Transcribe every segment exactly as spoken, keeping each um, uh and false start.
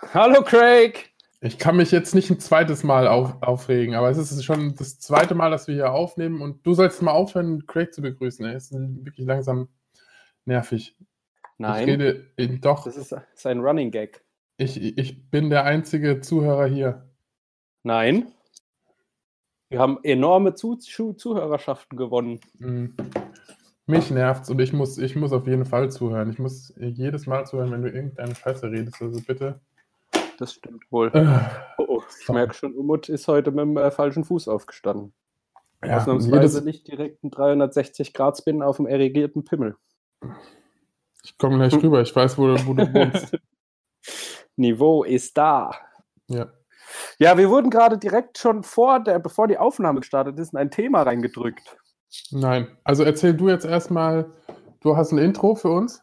Hallo Craig! Ich kann mich jetzt nicht ein zweites Mal auf, aufregen, aber es ist schon das zweite Mal, dass wir hier aufnehmen und du sollst mal aufhören, Craig zu begrüßen. Er ist wirklich langsam nervig. Nein, Ich rede ihn doch. das ist, ist ein Running Gag. Ich, ich bin der einzige Zuhörer hier. Nein. Wir haben enorme Zu Zu Zuhörerschaften gewonnen. Mhm. Mich nervt's und ich muss, ich muss auf jeden Fall zuhören. Ich muss jedes Mal zuhören, wenn du irgendeine Scheiße redest. Also bitte. Das stimmt wohl. Äh, Oh, oh, ich so. merke schon, Umut ist heute mit dem äh, falschen Fuß aufgestanden. Ja, Ausnahmsweise jedes, nicht direkt einen dreihundertsechzig Grad Spin auf dem erregierten Pimmel. ich komme gleich rüber, ich weiß, wo, wo du wohnst. Niveau ist da. Ja. Ja, wir wurden gerade direkt schon vor der, bevor die Aufnahme gestartet ist, in ein Thema reingedrückt. Nein, also erzähl du jetzt erstmal, du hast ein Intro für uns?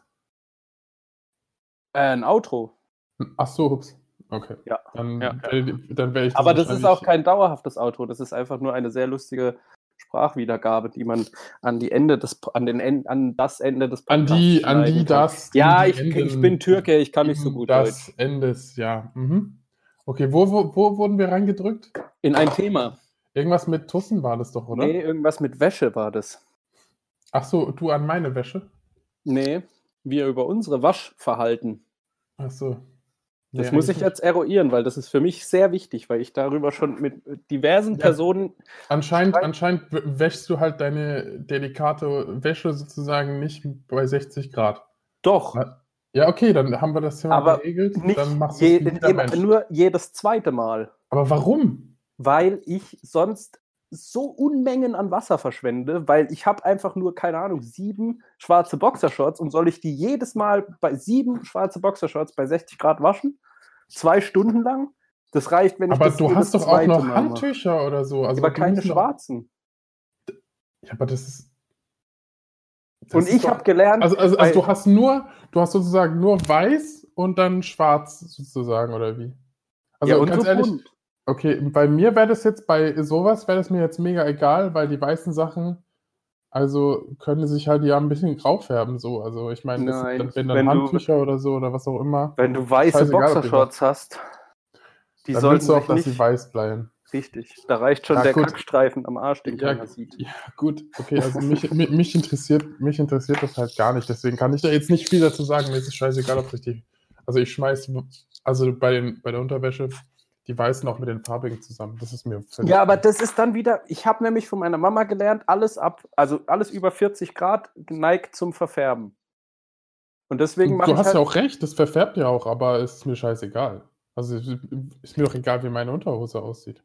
Äh, ein Outro. Ach so, ups. Okay. Ja. Dann, ja, wär, ja. dann wäre ich das Aber das ist auch wahrscheinlich- kein dauerhaftes Outro, das ist einfach nur eine sehr lustige Sprachwiedergabe, die man an die Ende des an den En- an das Ende des An Podcasts die, an die, schneiden kann. das. Ja, an die ich, Enden- ich bin Türke, ich kann nicht so gut das Deutsch. Endes, ja. Mhm. Okay, wo, wo, wo wurden wir reingedrückt? In ein Thema. Irgendwas mit Tussen war das doch, oder? Nee, irgendwas mit Wäsche war das. Ach so, du an meine Wäsche? Nee, wir über unsere Waschverhalten. Ach so. Das Nee, muss ich eigentlich jetzt eruieren, weil das ist für mich sehr wichtig, weil ich darüber schon mit diversen Ja. Personen. nicht. Anscheinend, Streit- anscheinend w- wäschst du halt deine delikate Wäsche sozusagen nicht bei sechzig Grad. Doch, Ja, okay, dann haben wir das Thema aber geregelt. nicht Dann machst je, du es wie jeder immer, Mensch. nur jedes zweite Mal. Aber warum? Weil ich sonst so Unmengen an Wasser verschwende, weil ich habe einfach nur, keine Ahnung, sieben schwarze Boxershorts und soll ich die jedes Mal bei sieben schwarze Boxershorts bei sechzig Grad waschen? Zwei Stunden lang? Das reicht, wenn ich Aber das du jedes hast doch auch zweite noch Mal mache. Handtücher oder so. Also Aber die keine müssen doch- schwarzen. Ja, aber das ist. das Und ist ich doch- habe gelernt, Also, also, weil- also du hast nur, du hast sozusagen nur weiß und dann schwarz sozusagen, oder wie? Also ja, und ganz so ehrlich, bunt. okay, bei mir wäre das jetzt, bei sowas wäre das mir jetzt mega egal, weil die weißen Sachen, also können sich halt ja ein bisschen grau färben, so. Also ich meine, das- Nein, dann- wenn dann wenn du- Handtücher oder so oder was auch immer, Wenn du weiße Scheißegal, ob die Boxershorts hast, die dann sollten willst du auch, sich dass nicht... sie weiß bleiben. Richtig, da reicht schon Ja, der gut. Kackstreifen am Arsch, den Ja, keiner sieht. ja, gut, okay, also mich, mich, mich, interessiert, mich interessiert das halt gar nicht, deswegen kann ich da jetzt nicht viel dazu sagen, mir ist es scheißegal, ob ich die, also ich schmeiß, also bei, den, bei der Unterwäsche, die weißen auch mit den farbigen zusammen, das ist mir völlig Ja, aber egal. das ist dann wieder, ich habe nämlich von meiner Mama gelernt, alles ab, also alles über vierzig Grad neigt zum Verfärben. Und deswegen mache Du ich hast halt, ja auch recht, das verfärbt ja auch, aber es ist mir scheißegal. Also es ist mir doch egal, wie meine Unterhose aussieht.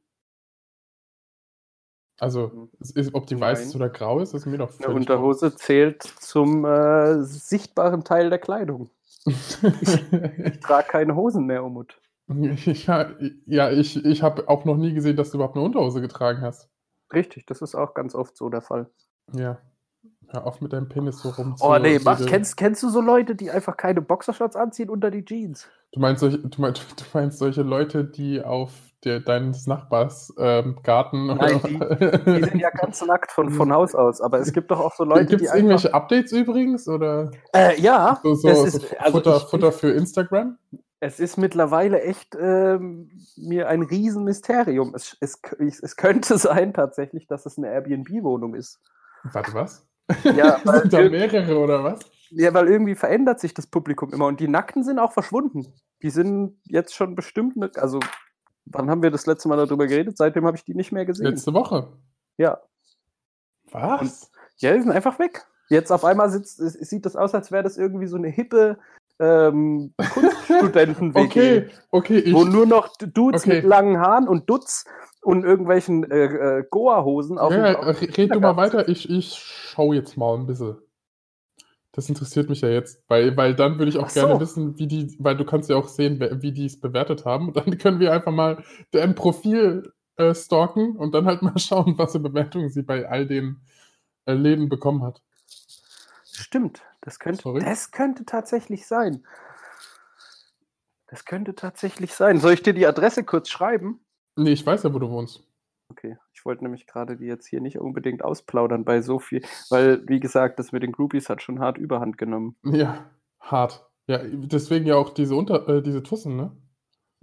Also, es ist, ob die weiß Nein. ist oder grau ist, ist mir doch eine völlig Unterhose zählt zum äh, sichtbaren Teil der Kleidung. Ich trage keine Hosen mehr, Umut. ja, ja, ich, ich habe auch noch nie gesehen, dass du überhaupt eine Unterhose getragen hast. Richtig, das ist auch ganz oft so der Fall. Ja. Hör auf mit deinem Penis so rum Oh nee, zu- mach, zu- kennst, kennst du so Leute, die einfach keine Boxershorts anziehen unter die Jeans? Du meinst, solche, du, meinst, du meinst solche Leute, die auf der, deines Nachbars ähm, Garten Nein, die, die sind ja ganz nackt von, von Haus aus, aber es gibt doch auch so Leute, Gibt die es einfach... irgendwelche Updates übrigens? Oder Äh, ja, so, so, das so ist, also Futter, ich, Futter für Instagram? es ist mittlerweile echt ähm, mir ein Riesenmysterium. Es, es, es könnte sein tatsächlich, dass es eine Airbnb-Wohnung ist. Warte, was? Ja, weil, Sind da irg- mehrere oder was? ja, weil irgendwie verändert sich das Publikum immer und die Nackten sind auch verschwunden. Die sind jetzt schon bestimmt, ne, also wann haben wir das letzte Mal darüber geredet? Seitdem habe ich die nicht mehr gesehen. Letzte Woche. Ja, Was? ja, die sind einfach weg. Jetzt auf einmal sitzt, es, es sieht das aus, als wäre das irgendwie so eine hippe ähm, Kunststudenten-W G. Okay, okay, ich, Wo nur noch Dudes Okay. mit langen Haaren und Dutz und irgendwelchen äh, äh, Goa-Hosen auf ja, dem auf dem red du mal Kindergarten weiter, sitzen. ich, ich schau jetzt mal ein bisschen. Das interessiert mich ja jetzt, weil, weil dann würde ich auch Ach so. gerne wissen, wie die, weil du kannst ja auch sehen, wer- wie die es bewertet haben. Und dann können wir einfach mal deren Profil äh, stalken und dann halt mal schauen, was für Bewertungen sie bei all den äh, Läden bekommen hat. Stimmt, das könnte, Sorry? das könnte tatsächlich sein. Das könnte tatsächlich sein. Soll ich dir die Adresse kurz schreiben? Nee, ich weiß ja, wo du wohnst. Okay, ich wollte nämlich gerade die jetzt hier nicht unbedingt ausplaudern bei so viel, weil, wie gesagt, das mit den Groupies hat schon hart Überhand genommen. Ja, hart. Ja, deswegen ja auch diese Unter äh, diese Tussen, ne?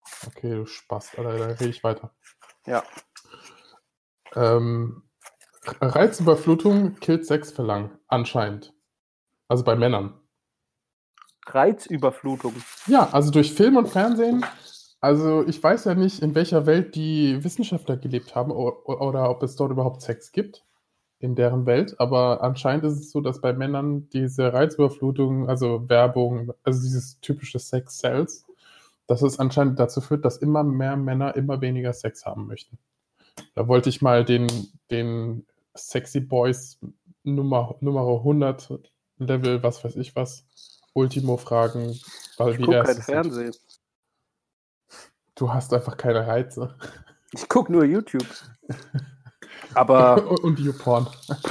Okay, du Spast, Alter, dann rede ich weiter. Ja. Ähm, Reizüberflutung killt Sex für lang, anscheinend. Also bei Männern. Reizüberflutung. Ja, also durch Film und Fernsehen. Also ich weiß ja nicht, in welcher Welt die Wissenschaftler gelebt haben o- oder ob es dort überhaupt Sex gibt in deren Welt. Aber anscheinend ist es so, dass bei Männern diese Reizüberflutung, also Werbung, also dieses typische Sex sells, dass es anscheinend dazu führt, dass immer mehr Männer immer weniger Sex haben möchten. Da wollte ich mal den, den Sexy Boys Nummer, Nummer hundert Level, was weiß ich was, Ultimo fragen, weil Ich wie gucke er kein es sieht. Fernsehen. Du hast einfach keine Reize. Ich gucke nur YouTube. Aber und, und YouPorn.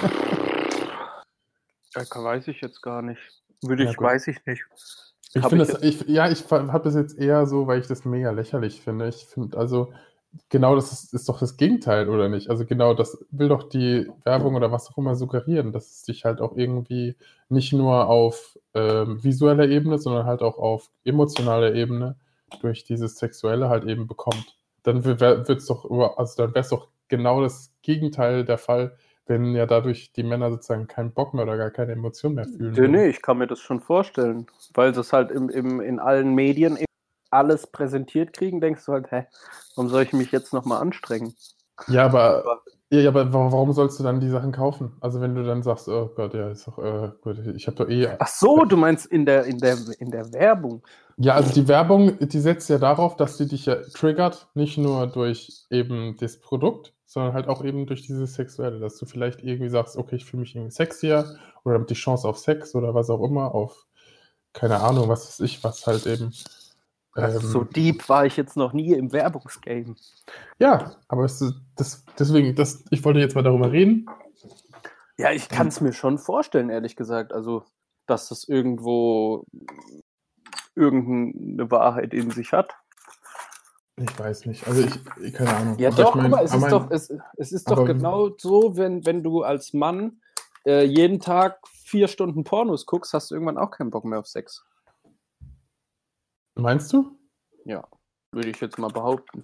äh, weiß ich jetzt gar nicht. Würde Ja, ich, gut. weiß ich nicht. Ich Hab finde ich das, ich, ja, ich habe das jetzt eher so, weil ich das mega lächerlich finde. Ich finde, also, genau das ist, ist doch das Gegenteil, oder nicht? Also, genau das will doch die Werbung oder was auch immer suggerieren, dass es sich halt auch irgendwie nicht nur auf ähm, visueller Ebene, sondern halt auch auf emotionaler Ebene durch dieses Sexuelle halt eben bekommt. Dann wird es doch, über- also dann wäre es doch genau das Gegenteil der Fall, wenn ja dadurch die Männer sozusagen keinen Bock mehr oder gar keine Emotion mehr fühlen Nee, würden. nee, ich kann mir das schon vorstellen. Weil sie es halt im, im, in allen Medien alles präsentiert kriegen, denkst du halt, hä, warum soll ich mich jetzt nochmal anstrengen? Ja, aber, ja, aber wa- warum sollst du dann die Sachen kaufen? Also wenn du dann sagst, oh Gott, ja, ist doch äh, gut, ich habe doch eh. Ach so, du meinst in der, in der, in der Werbung. Ja, also die Werbung, die setzt ja darauf, dass sie dich ja triggert, nicht nur durch eben das Produkt, sondern halt auch eben durch dieses Sexuelle, dass du vielleicht irgendwie sagst, okay, ich fühle mich irgendwie sexier oder habe die Chance auf Sex oder was auch immer, auf, keine Ahnung, was weiß ich, was halt eben. Also so Ähm, deep war ich jetzt noch nie im Werbungsgame. ja, aber es, ist- das, deswegen, das, ich wollte jetzt mal darüber reden. Ja, ich kann es mir schon vorstellen, ehrlich gesagt. Also, dass das irgendwo irgendeine Wahrheit in sich hat. Ich weiß nicht. Also ich, keine Ahnung. Ja, Aber doch, ich mein, guck mal, es aber ist doch, es, es ist doch aber- genau so, wenn, wenn du als Mann äh, jeden Tag vier Stunden Pornos guckst, hast du irgendwann auch keinen Bock mehr auf Sex. Meinst du? Ja, würde ich jetzt mal behaupten.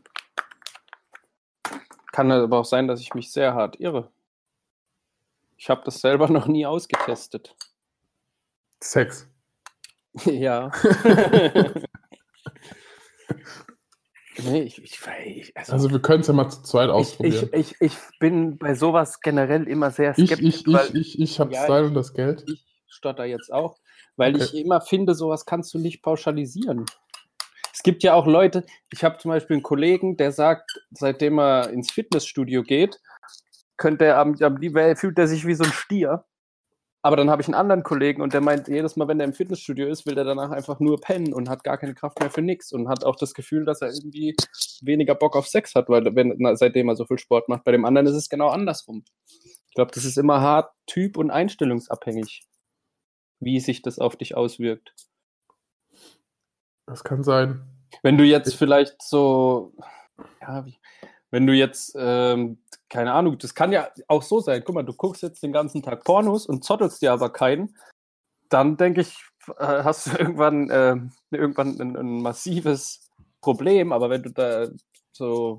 Kann aber auch sein, dass ich mich sehr hart irre. Ich habe das selber noch nie ausgetestet. Sex. Ja. Nee, ich, ich, ich also, Also wir können es ja mal zu zweit ich, ausprobieren. ich, ich, ich bin bei sowas generell immer sehr Ich, skeptisch. ich, weil ich, ich, ich habe Ja, Style und das Geld. ich stotter jetzt auch, weil Okay. ich immer finde, sowas kannst du nicht pauschalisieren. Es gibt ja auch Leute, ich habe zum Beispiel einen Kollegen, der sagt, seitdem er ins Fitnessstudio geht, könnte er am, am liebsten fühlt er sich wie so ein Stier. Aber dann habe ich einen anderen Kollegen und der meint, jedes Mal, wenn er im Fitnessstudio ist, will er danach einfach nur pennen und hat gar keine Kraft mehr für nichts und hat auch das Gefühl, dass er irgendwie weniger Bock auf Sex hat, weil wenn, na, seitdem er so viel Sport macht. Bei dem anderen ist es genau andersrum. Ich glaube, das ist immer hart typ- und einstellungsabhängig, wie sich das auf dich auswirkt. Das kann sein. Wenn du jetzt Ich- vielleicht so, ja, wie, wenn du jetzt, ähm, keine Ahnung, das kann ja auch so sein, guck mal, du guckst jetzt den ganzen Tag Pornos und zottelst dir aber keinen, dann denke ich, äh, hast du irgendwann, äh, irgendwann ein, ein massives Problem, aber wenn du da so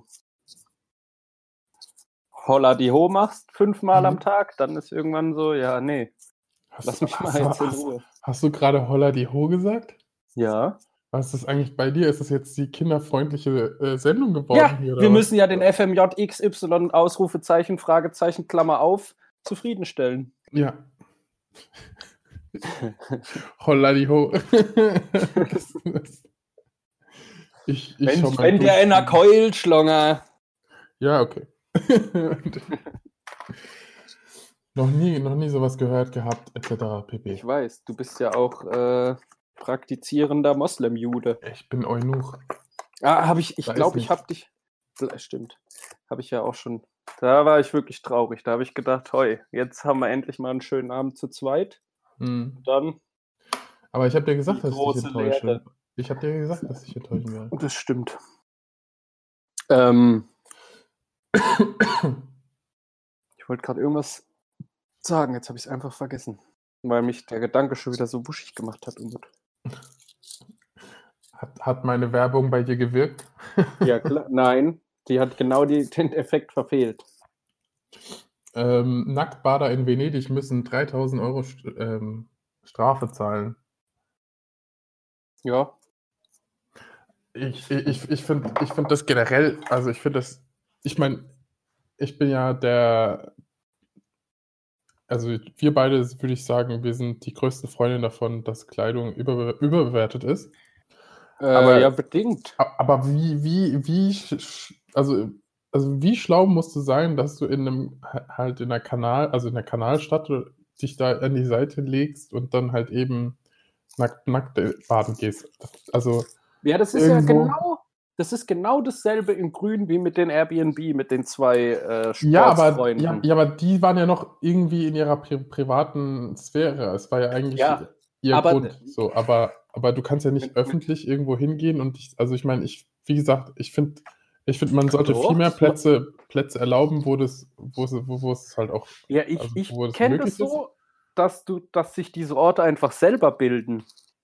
Holla die Ho machst, fünfmal Mhm. am Tag, dann ist irgendwann so, ja, nee, Hast, lass mich mal hast, jetzt in hast, Ruhe. hast du gerade Holla die Ho gesagt? Ja. Was ist das eigentlich bei dir? Ist das jetzt die kinderfreundliche äh, Sendung geworden? Ja, hier, oder wir was? müssen ja den F M J X Y Ausrufezeichen, Fragezeichen, Klammer auf, zufriedenstellen. Ja. Holla die Ho. das, das. Ich, ich schau Wenn, mal wenn kurz- der in der Keul schlonger. Ja, okay. noch nie, noch nie sowas gehört gehabt, et cetera pp. Ich weiß, du bist ja auch äh, praktizierender Moslem-Jude. Ich bin Eunuch. Ah, habe ich, ich Weiß glaube, ich nicht. habe dich. Stimmt. Habe ich ja auch schon. Da war ich wirklich traurig. Da habe ich gedacht, heu, jetzt haben wir endlich mal einen schönen Abend zu zweit. Hm. Dann. Aber ich habe dir gesagt, Die dass ich dich große enttäusche. Leere. Ich habe dir gesagt, dass ich enttäuschen werde. Das stimmt. Ähm, ich wollte gerade irgendwas sagen, jetzt habe ich es einfach vergessen. Weil mich der Gedanke schon wieder so wuschig gemacht hat. Umut. Hat, hat meine Werbung bei dir gewirkt? Ja, klar. Nein, die hat genau die, den Effekt verfehlt. Ähm, Nacktbader in Venedig müssen dreitausend Euro St ähm, Strafe zahlen. Ja. Ich, ich, ich finde ich find das generell, also ich finde das, ich meine, ich bin ja der, also wir beide, würde ich sagen, wir sind die größte Freundin davon, dass Kleidung überbe überbewertet ist. Äh, Aber, ja, bedingt. aber wie, wie, wie, sch- also, also wie schlau musst du sein, dass du in einem, halt in einer Kanal, also in der Kanalstadt oder dich da an die Seite legst und dann halt eben nackt, nackt baden gehst. Also Ja, das ist ja irgendwo. genau, das ist genau dasselbe in Grün wie mit den Airbnb, mit den zwei äh, Ja, aber, ja, Sportsfreunden. ja, aber die waren ja noch irgendwie in ihrer pri privaten Sphäre. Es war ja eigentlich Ja, ihr aber Grund so. Aber, aber du kannst ja nicht öffentlich irgendwo hingehen und ich, also ich meine, ich, wie gesagt, ich finde, ich finde, man sollte viel doch, mehr das ma- Plätze, Plätze erlauben, wo das, wo es, wo, wo es halt auch, ja, ich, also ich wo das kenne das möglich ist. so, dass du, dass sich diese Orte einfach selber bilden.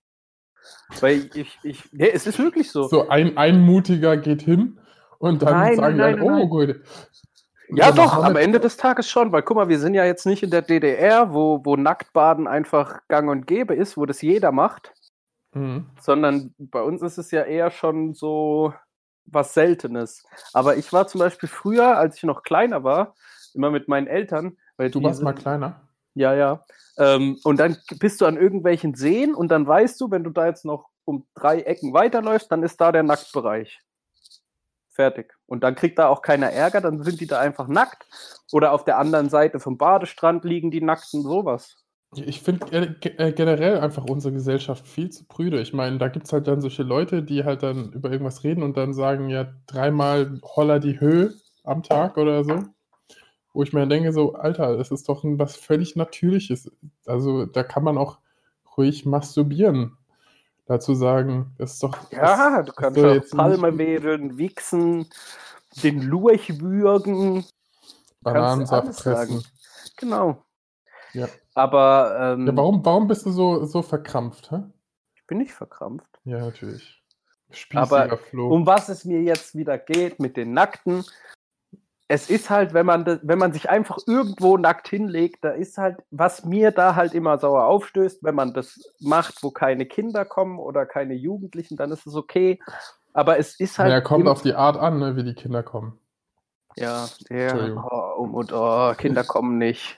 Weil ich, ich, nee, es ist wirklich so. So ein, ein Mutiger geht hin und dann Nein, sagen nein, die nein, alle, nein, oh, nein. gut. Ja, Dann machen doch, wir am mit. Ende des Tages schon, weil guck mal, wir sind ja jetzt nicht in der D D R, wo, wo Nacktbaden einfach gang und gäbe ist, wo das jeder macht, Mhm. sondern bei uns ist es ja eher schon so was Seltenes. Aber ich war zum Beispiel früher, als ich noch kleiner war, immer mit meinen Eltern, weil Du die warst mal sind, kleiner. ja, ja, ähm, und dann bist du an irgendwelchen Seen und dann weißt du, wenn du da jetzt noch um drei Ecken weiterläufst, dann ist da der Nacktbereich. Fertig. Und dann kriegt da auch keiner Ärger, dann sind die da einfach nackt. Oder auf der anderen Seite vom Badestrand liegen die Nackten, sowas. Ich finde generell einfach unsere Gesellschaft viel zu prüde. Ich meine, da gibt es halt dann solche Leute, die halt dann über irgendwas reden und dann sagen, ja, dreimal Holla die Höhe am Tag oder so. Wo ich mir denke, so, Alter, das ist doch ein, was völlig Natürliches. Also da kann man auch ruhig masturbieren. Dazu sagen, das ist doch. Ja, Das, du das kannst soll auch jetzt Palme nicht wedeln, wichsen, den Lurch würgen. Kannst du Bananensaft alles sagen. fressen. Genau. Ja. Aber ähm, Ja, warum, warum bist du so, so verkrampft, hä? ich bin nicht verkrampft. Ja, natürlich. Aber Spießiger Flo. um was es mir jetzt wieder geht mit den Nackten, es ist halt, wenn man, das, wenn man sich einfach irgendwo nackt hinlegt, da ist halt, was mir da halt immer sauer aufstößt, wenn man das macht, wo keine Kinder kommen oder keine Jugendlichen, dann ist es okay. Aber es ist halt. Ja, kommt im, auf die Art an, ne, wie die Kinder kommen. Ja, der. Entschuldigung. Oh, und oh, Kinder kommen nicht.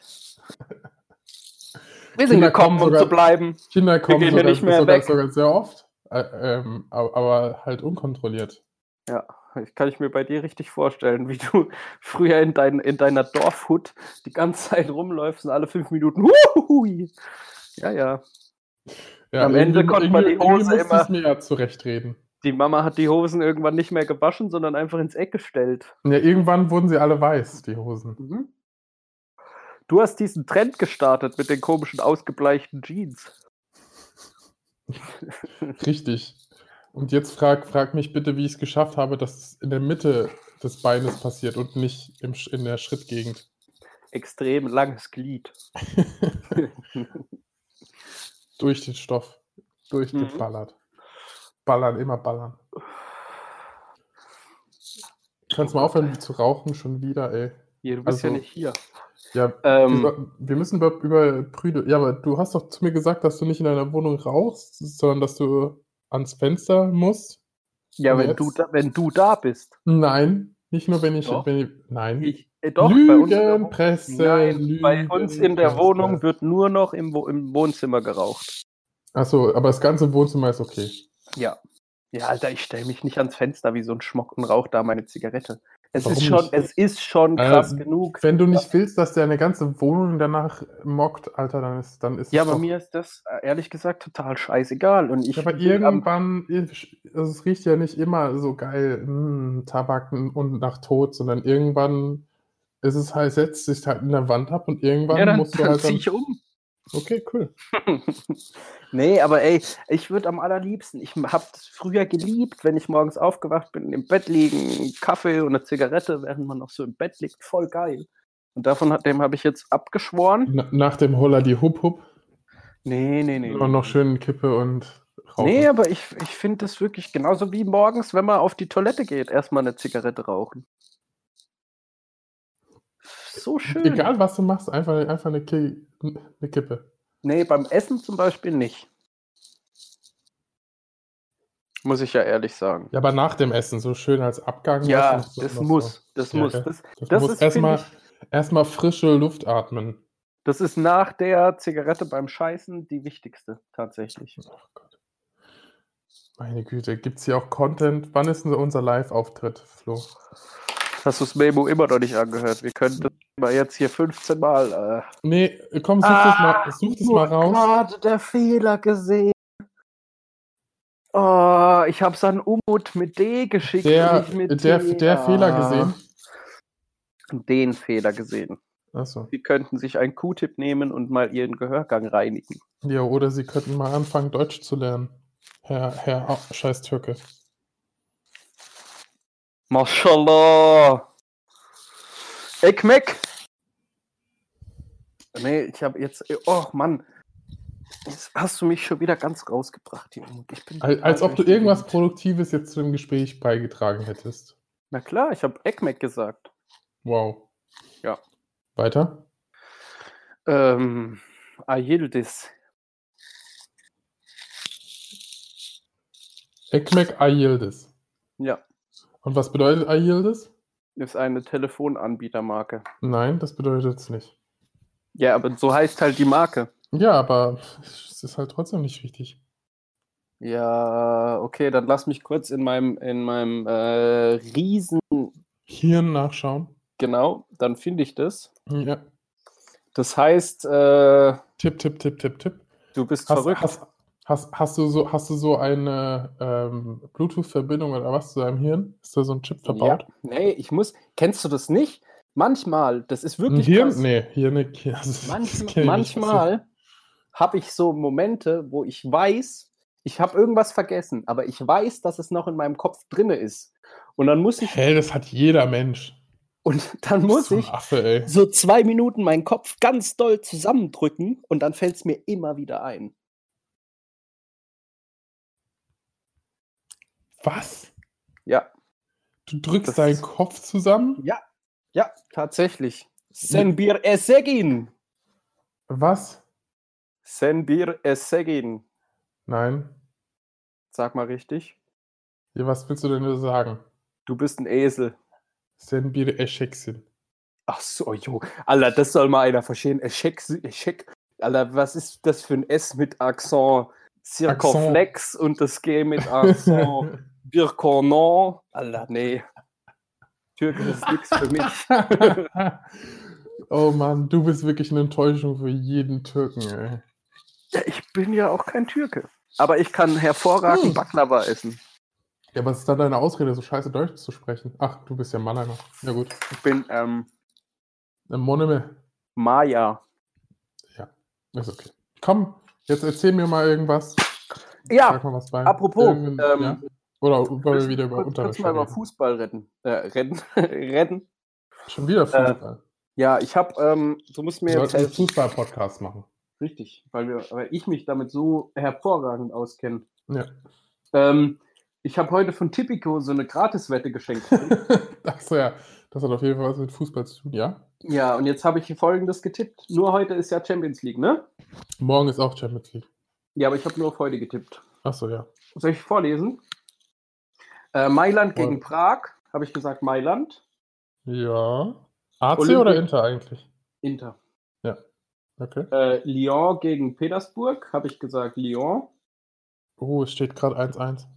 Wir sind Kinder gekommen, kommen um sogar- zu bleiben. Kinder kommen gehen hier sogar, nicht mehr sogar, weg. sogar sehr oft, äh, ähm, aber, aber halt unkontrolliert. Ja, ich kann ich mir bei dir richtig vorstellen, wie du früher in, dein, in deiner Dorfhut die ganze Zeit rumläufst und alle fünf Minuten. Huhuhui. Ja, ja. Ja, Am Ende irgendwie- konnte man die irgendwie- irgendwie Hose musste ich's immer- mir ja zurechtreden. Die Mama hat die Hosen irgendwann nicht mehr gewaschen, sondern einfach ins Eck gestellt. Ja, irgendwann wurden sie alle weiß, die Hosen. Mhm. Du hast diesen Trend gestartet mit den komischen ausgebleichten Jeans. Richtig. Und jetzt frag, frag mich bitte, wie ich es geschafft habe, dass es in der Mitte des Beines passiert und nicht im, Sch- in der Schrittgegend. Extrem langes Glied. Durch den Stoff. Durchgeballert. Ballern, immer ballern. Kannst du mal aufhören zu rauchen schon wieder, ey. Hier, du bist ja Also- nicht hier. Ja, Ähm, wir, so- wir müssen über, über Prüde. Ja, aber du hast doch zu mir gesagt, dass du nicht in deiner Wohnung rauchst, sondern dass du ans Fenster musst. Ja, Und wenn jetzt? du, da, wenn du da bist. Nein, nicht nur wenn ich. Doch. Wenn ich nein. Ich, äh, doch, bei uns, in der Wo- Lügenpresse. Nein, bei uns in der Lügenpresse. Wohnung wird nur noch im, Wo im Wohnzimmer geraucht. Achso, aber das ganze Wohnzimmer ist okay. Ja. Ja, Alter, ich stelle mich nicht ans Fenster wie so ein Schmock und rauche da meine Zigarette. Es Warum ist schon, nicht? es ist schon krass Äh, genug. Wenn du nicht willst, dass deine ganze Wohnung danach mockt, Alter, dann ist, dann ist Ja, es aber doch. mir ist das äh, ehrlich gesagt total scheißegal. Und ich Ja, aber will am- irgendwann, also es riecht ja nicht immer so geil, mh, Tabak und nach Tod, sondern irgendwann ist es halt, setzt sich halt in der Wand ab und irgendwann ja, dann, musst du dann halt zieh dann. ich um. Okay, cool. Nee, aber ey, ich würde am allerliebsten, ich habe das früher geliebt, wenn ich morgens aufgewacht bin, im Bett liegen, einen Kaffee und eine Zigarette, während man noch so im Bett liegt, voll geil. Und davon hat, dem habe ich jetzt abgeschworen. Na, nach dem Holla die Hup Hup Nee, nee, nee. und noch schön Kippe und rauchen. Nee, aber ich, ich finde das wirklich genauso wie morgens, wenn man auf die Toilette geht, erstmal eine Zigarette rauchen. So schön. Egal, was du machst, einfach, einfach eine, Ki- eine Kippe. Nee, beim Essen zum Beispiel nicht. Muss ich ja ehrlich sagen. Ja, aber nach dem Essen, so schön als Abgang. Ja, weißt du, das noch muss. So. Das Ja, muss. gell? Das, Das, das muss ist, finde erstmal ich, erstmal frische Luft atmen. das ist nach der Zigarette beim Scheißen die wichtigste, tatsächlich. Ach Gott. Meine Güte, gibt es hier auch Content? Wann ist denn so unser Live-Auftritt, Flo? Hast du das Memo immer noch nicht angehört? Wir können das mal jetzt hier fünfzehn Mal. Äh, Nee, komm, such das mal, such das mal raus. gerade der Fehler gesehen. Oh, ich habe es an Umut mit D geschickt. Der, und nicht mit der, T. der Ah. Fehler gesehen. Den Fehler gesehen. Achso. Sie könnten sich einen Q-Tip nehmen und mal ihren Gehörgang reinigen. Ja, oder sie könnten mal anfangen, Deutsch zu lernen. Herr, Herr oh, scheiß Türke. Mashallah. Ekmek. Nee, ich habe jetzt. Oh Mann. Jetzt hast du mich schon wieder ganz rausgebracht, Junge. Ich bin Als, als ob du total irgendwas verwirrt. Produktives jetzt zu dem Gespräch beigetragen hättest. Na klar, ich habe Ekmek gesagt. Wow. Ja. Weiter? Ähm, Ayildis. Ekmek Ayildiz. Ja, Und was bedeutet Ayildiz? ist eine Telefonanbietermarke. Nein, das bedeutet es nicht. Ja, aber so heißt halt die Marke. Ja, aber es ist halt trotzdem nicht wichtig. Ja, okay, dann lass mich kurz in meinem, in meinem äh, Riesen. Hirn nachschauen. Genau, dann finde ich das. Ja. Das heißt, äh, Tipp, Tipp, Tipp, Tipp, Tipp. du bist Hast, verrückt. hast, hast, hast, du so, hast du so eine ähm, Bluetooth-Verbindung oder was zu deinem Hirn? Ist da so ein Chip verbaut? Ja, nee, ich muss. Kennst du das nicht? Manchmal, das ist Ein wirklich Hirn? krass. Nee, hier nicht. Hier, das, das Manchmal, kenn ich nicht, was manchmal habe ich so Momente, wo ich weiß, ich habe irgendwas vergessen, aber ich weiß, dass es noch in meinem Kopf drinne ist. Und dann muss das- ich, Hä, das hat jeder Mensch. und dann Du bist muss so ein ich Affe, ey. so zwei Minuten meinen Kopf ganz doll zusammendrücken und dann fällt es mir immer wieder ein. Was? Ja, Du drückst Das- deinen Kopf zusammen? ja, ja, tatsächlich. Senbir Essegin. Was? Senbir Essegin. Nein. Sag mal richtig. Ja, was willst du denn nur sagen? Du bist ein Esel. Senbir Escheksin. Ach so, jo. Alter, das soll mal einer verstehen. Eschek, Eschek. Alter, was ist das für ein S mit Accent? Circonflex und das G mit Accent Birkonon. Alter, nee. Türke ist nichts für mich. Oh Mann, du bist wirklich eine Enttäuschung für jeden Türken, ey. Ja, ich bin ja auch kein Türke. Aber ich kann hervorragend Hm. Baklava essen. Ja, was ist dann deine Ausrede, so scheiße Deutsch zu sprechen? Ach, du bist ja Mannheimer. Ja gut. Ich bin ähm, Äh, Monime. Maya. Ja, ist okay. Komm, jetzt erzähl mir mal irgendwas. Ja, Sag mal was bei. apropos, Irgendein- ähm, ja? Oder wollen wir wieder über kurz, kurz Unterwäsche mal über reden? Fußball retten. Äh, retten. retten. Schon wieder Fußball. Ja, ich habe, ähm, du musst mir wir jetzt sollten einen helfen. Fußball-Podcast machen. Richtig, weil, wir, weil ich mich damit so hervorragend auskenne. Ja. Ähm, ich habe heute von Tipico so eine Gratiswette geschenkt gekriegt. Achso, ja. Das hat auf jeden Fall was mit Fußball zu tun, ja? Ja, und jetzt habe ich hier Folgendes getippt. Nur heute ist ja Champions League, ne? Morgen ist auch Champions League. Ja, aber ich habe nur auf heute getippt. Achso, ja. Soll ich vorlesen? Äh, Mailand Voll. gegen Prag, habe ich gesagt Mailand. Ja. A C Olympi- oder Inter eigentlich? Inter. Okay. Äh, Lyon gegen Petersburg, habe ich gesagt Lyon. Oh, es steht gerade eins eins.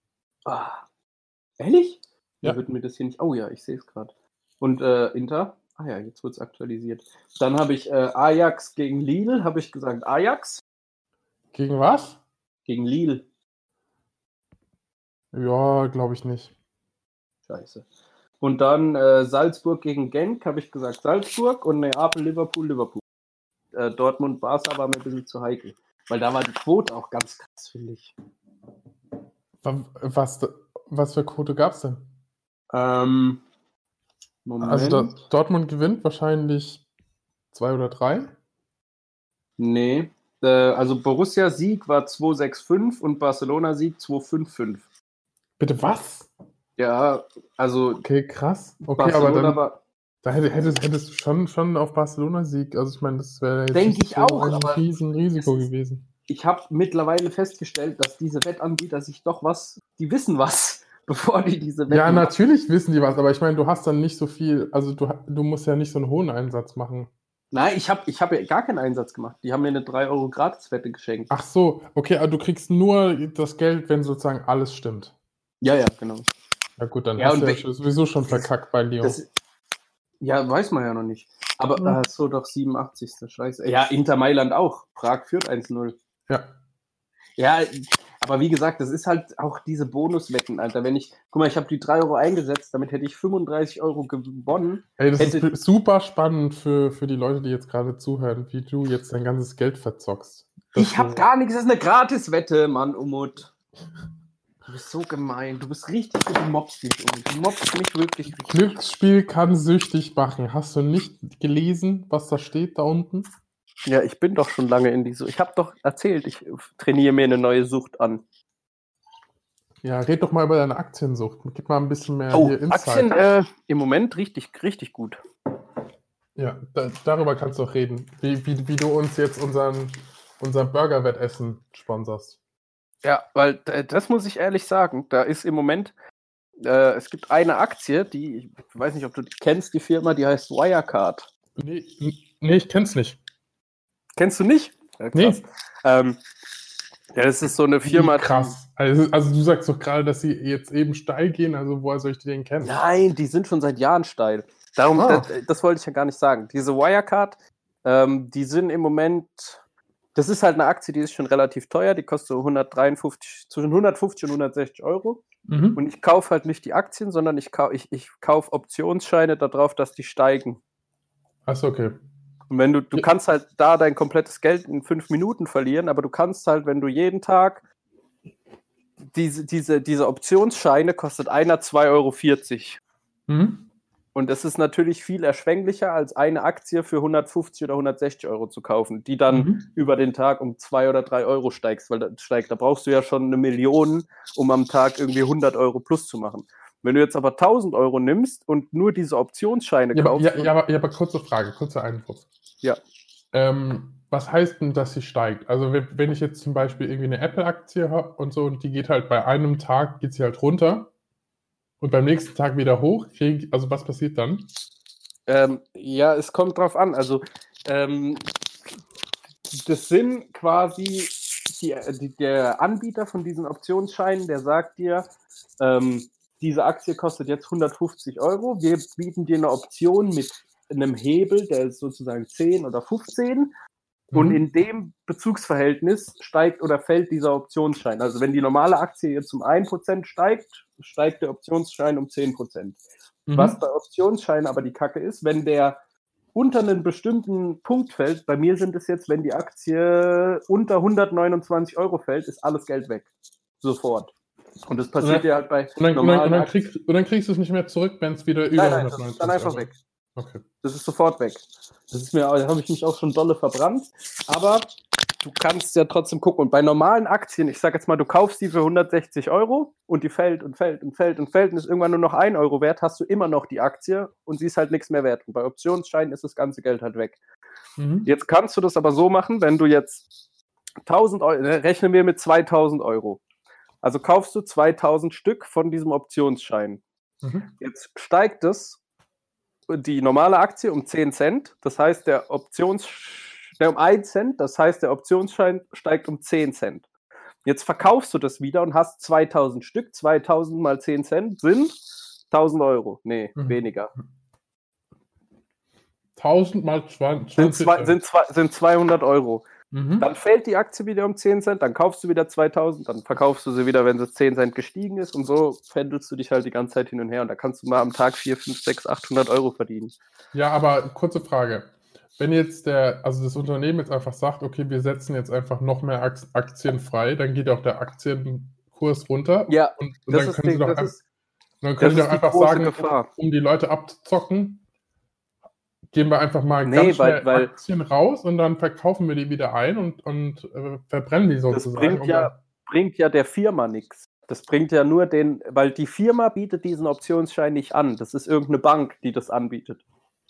Ah, ehrlich? Ja. Ja. Wird mir das hier nicht. Oh ja, ich sehe es gerade. Und äh, Inter. Ah ja, jetzt wird es aktualisiert. Dann habe ich äh, Ajax gegen Lille, habe ich gesagt Ajax. Gegen was? Gegen Lille. Ja, glaube ich nicht. Scheiße. Und dann äh, Salzburg gegen Genk, habe ich gesagt Salzburg. Und Neapel, Liverpool, Liverpool. Äh, Dortmund, Barca war mir ein bisschen zu heikel. Weil da war die Quote auch ganz krass, finde ich. Wa- Was, was für Quote gab es denn? Ähm, Moment. Also da, Dortmund gewinnt wahrscheinlich zwei oder drei. Nee. Äh, also Borussia-Sieg war zwei Komma fünfundsechzig und Barcelona-Sieg zwei Komma fünfundfünfzig. Bitte was? Ja, also Okay, krass. Okay, Barcelona aber dann war, da hätte, hättest, hättest du schon, schon auf Barcelona-Sieg. Also ich meine, das wäre jetzt denke nicht ich so auch, ein aber Riesenrisiko es ist, gewesen. ich habe mittlerweile festgestellt, dass diese Wettanbieter sich doch was, die wissen was, bevor die diese Wetten Ja, machen. natürlich wissen die was, aber ich meine, du hast dann nicht so viel, also du, du musst ja nicht so einen hohen Einsatz machen. Nein, ich habe ich hab ja gar keinen Einsatz gemacht. Die haben mir eine drei Euro Gratiswette geschenkt. Ach so, okay, aber du kriegst nur das Geld, wenn sozusagen alles stimmt. Ja, ja, genau. Ja gut, dann Ja, hast und du ja we- sowieso schon das- verkackt bei Lyon. Das, ja, weiß man ja noch nicht. Aber Ja. äh, so doch siebenundachtzigste Scheiße. Ja, Inter Mailand auch. Prag führt eins null. Ja. Ja, aber wie gesagt, das ist halt auch diese Bonuswetten, Alter. Wenn ich, guck mal, ich habe die drei Euro eingesetzt, damit hätte ich fünfunddreißig Euro gewonnen. Ey, das Hätte- ist super spannend für, für die Leute, die jetzt gerade zuhören, wie du jetzt dein ganzes Geld verzockst. Dass Ich habe du- gar nichts, das ist eine Gratiswette, Mann, Umut. Du bist so gemein. Du bist richtig, du mobst mich, Umut. Du mobst mich wirklich richtig. Glücksspiel kann süchtig machen. Hast du nicht gelesen, was da steht da unten? Ja, ich bin doch schon lange in diese. Ich habe doch erzählt, ich trainiere mir eine neue Sucht an. Ja, red doch mal über deine Aktiensucht. Gib mal ein bisschen mehr Oh, hier Insight. Aktien äh, im Moment richtig, richtig gut. Ja, da, darüber kannst du auch reden. Wie, wie, wie du uns jetzt unseren, unser Burger-Wettessen sponsorst. Ja, weil äh, das muss ich ehrlich sagen, da ist im Moment, äh, es gibt eine Aktie, die, ich weiß nicht, ob du die kennst, die Firma, die heißt Wirecard. Nee, nee, ich kenn's nicht. Kennst du nicht? Ja, Nee. krass. Ähm, ja, das ist so eine Firma. Krass. Also, also du sagst doch gerade, dass sie jetzt eben steil gehen, also woher soll ich die denn kennen? Die, nein, die sind schon seit Jahren steil. Darum, Ah. das, das wollte ich ja gar nicht sagen. Diese Wirecard, ähm, die sind im Moment, das ist halt eine Aktie, die ist schon relativ teuer, die kostet so hundertdreiundfünfzig, zwischen hundertfünfzig und hundertsechzig Euro. Mhm. Und ich kaufe halt nicht die Aktien, sondern ich, kau ich, ich kaufe Optionsscheine darauf, dass die steigen. Achso, okay. Und wenn du, du Ja. kannst halt da dein komplettes Geld in fünf Minuten verlieren, aber du kannst halt, wenn du jeden Tag diese, diese, diese Optionsscheine kostet einer zwei Euro vierzig. Mhm. Und das ist natürlich viel erschwinglicher, als eine Aktie für hundertfünfzig oder hundertsechzig Euro zu kaufen, die dann Mhm. über den Tag um zwei oder drei Euro steigst, weil da, steigt. Da brauchst du ja schon eine Million, um am Tag irgendwie hundert Euro plus zu machen. Wenn du jetzt aber tausend Euro nimmst und nur diese Optionsscheine Ja, aber, kaufst. ja, ja, aber, ja, aber kurze Frage, kurzer Einwurf. Ja. Ähm, was heißt denn, dass sie steigt? Also wenn wenn ich jetzt zum Beispiel irgendwie eine Apple-Aktie habe und so und die geht halt bei einem Tag, geht sie halt runter und beim nächsten Tag wieder hoch, krieg, also was passiert dann? Ähm, ja, es kommt drauf an. Also, ähm, das sind quasi die, die, der Anbieter von diesen Optionsscheinen, der sagt dir, ähm, diese Aktie kostet jetzt hundertfünfzig Euro. Wir bieten dir eine Option mit einem Hebel, der ist sozusagen zehn oder fünfzehn. Und Mhm. in dem Bezugsverhältnis steigt oder fällt dieser Optionsschein. Also wenn die normale Aktie jetzt um ein Prozent steigt, steigt der Optionsschein um zehn Prozent. Mhm. Was bei Optionsscheinen aber die Kacke ist, wenn der unter einen bestimmten Punkt fällt, bei mir sind es jetzt, wenn die Aktie unter hundertneunundzwanzig Euro fällt, ist alles Geld weg. Sofort. Und das passiert dann- ja halt bei Und dann, und dann, normalen und dann, Aktien. kriegst, und dann kriegst du es nicht mehr zurück, wenn es wieder über Nein, nein, das ist hundertneunzig dann einfach Euro weg. ist. Okay. Das ist sofort weg. Das ist mir, da habe ich mich auch schon dolle verbrannt. Aber du kannst ja trotzdem gucken. Und bei normalen Aktien, ich sage jetzt mal, du kaufst die für hundertsechzig Euro und die fällt und fällt und fällt und fällt und ist irgendwann nur noch ein Euro wert, hast du immer noch die Aktie und sie ist halt nichts mehr wert. Und bei Optionsscheinen ist das ganze Geld halt weg. Mhm. Jetzt kannst du das aber so machen, wenn du jetzt tausend Euro, ne, rechnen wir mit zweitausend Euro. Also kaufst du zweitausend Stück von diesem Optionsschein. Mhm. Jetzt steigt es, die normale Aktie um zehn Cent, das heißt der Options, der um ein Cent, das heißt der Optionsschein steigt um zehn Cent. Jetzt verkaufst du das wieder und hast zweitausend Stück, zweitausend mal zehn Cent sind tausend Euro. Nee, Mhm. weniger. tausend mal zwanzig. Sind, zwei, sind, zwei, sind zweihundert Euro. Mhm. Dann fällt die Aktie wieder um zehn Cent, dann kaufst du wieder zweitausend, dann verkaufst du sie wieder, wenn sie zehn Cent gestiegen ist und so pendelst du dich halt die ganze Zeit hin und her und da kannst du mal am Tag vier, fünf, sechs, achthundert Euro verdienen. Ja, aber kurze Frage. Wenn jetzt der, also das Unternehmen jetzt einfach sagt, okay, wir setzen jetzt einfach noch mehr Ak- Aktien frei, dann geht auch der Aktienkurs runter. Ja, und, und das dann ist können die, sie doch das ein- ist, dann können das sie ist doch die einfach große sagen, Gefahr. um die Leute abzuzocken, gehen wir einfach mal Nee, ganz weil- schnell weil- Aktien raus und dann verkaufen wir die wieder ein und, und äh, verbrennen die Das sozusagen. bringt um ja, bringt ja der Firma nichts. Das bringt ja nur den, weil die Firma bietet diesen Optionsschein nicht an. Das ist irgendeine Bank, die das anbietet.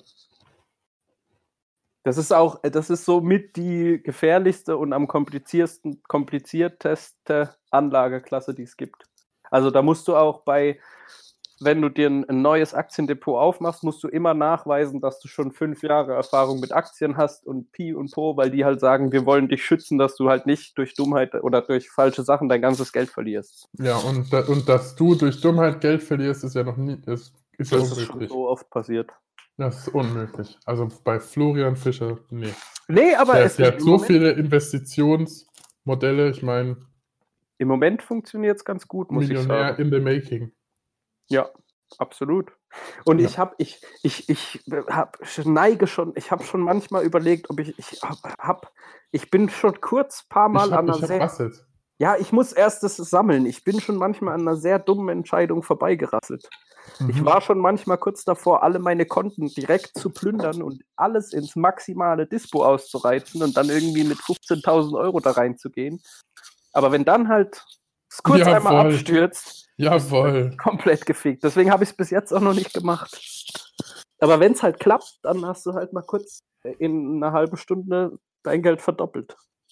Das ist auch, das ist somit die gefährlichste und am kompliziertesten, komplizierteste Anlageklasse, die es gibt. Also da musst du auch bei, wenn du dir ein, ein neues Aktiendepot aufmachst, musst du immer nachweisen, dass du schon fünf Jahre Erfahrung mit Aktien hast und Pi und Po, weil die halt sagen, wir wollen dich schützen, dass du halt nicht durch Dummheit oder durch falsche Sachen dein ganzes Geld verlierst. Ja, und, da, und dass du durch Dummheit Geld verlierst, ist ja noch nie, ist, ist ja Das ist schon unmöglich. so oft passiert. Das ist unmöglich. Also bei Florian Fischer, nee. Nee, aber Der, es der ist hat im so Moment, viele Investitionsmodelle, ich meine, im Moment funktioniert es ganz gut, muss ich Millionär sagen. in the making. Ja, absolut. Und Ja. ich habe, ich, ich, ich hab, neige schon, ich habe schon manchmal überlegt, ob ich, ich hab, hab ich bin schon kurz ein paar Mal Ich hab, an einer ich hab sehr, was jetzt? ja, ich muss erst das sammeln. Ich bin schon manchmal an einer sehr dummen Entscheidung vorbeigerasselt. Ich Mhm. war schon manchmal kurz davor, alle meine Konten direkt zu plündern und alles ins maximale Dispo auszureizen und dann irgendwie mit fünfzehntausend Euro da reinzugehen. Aber wenn dann halt es kurz Jawohl. einmal abstürzt, Jawohl. komplett gefickt. Deswegen habe ich es bis jetzt auch noch nicht gemacht. Aber wenn es halt klappt, dann hast du halt mal kurz in einer halben Stunde dein Geld verdoppelt.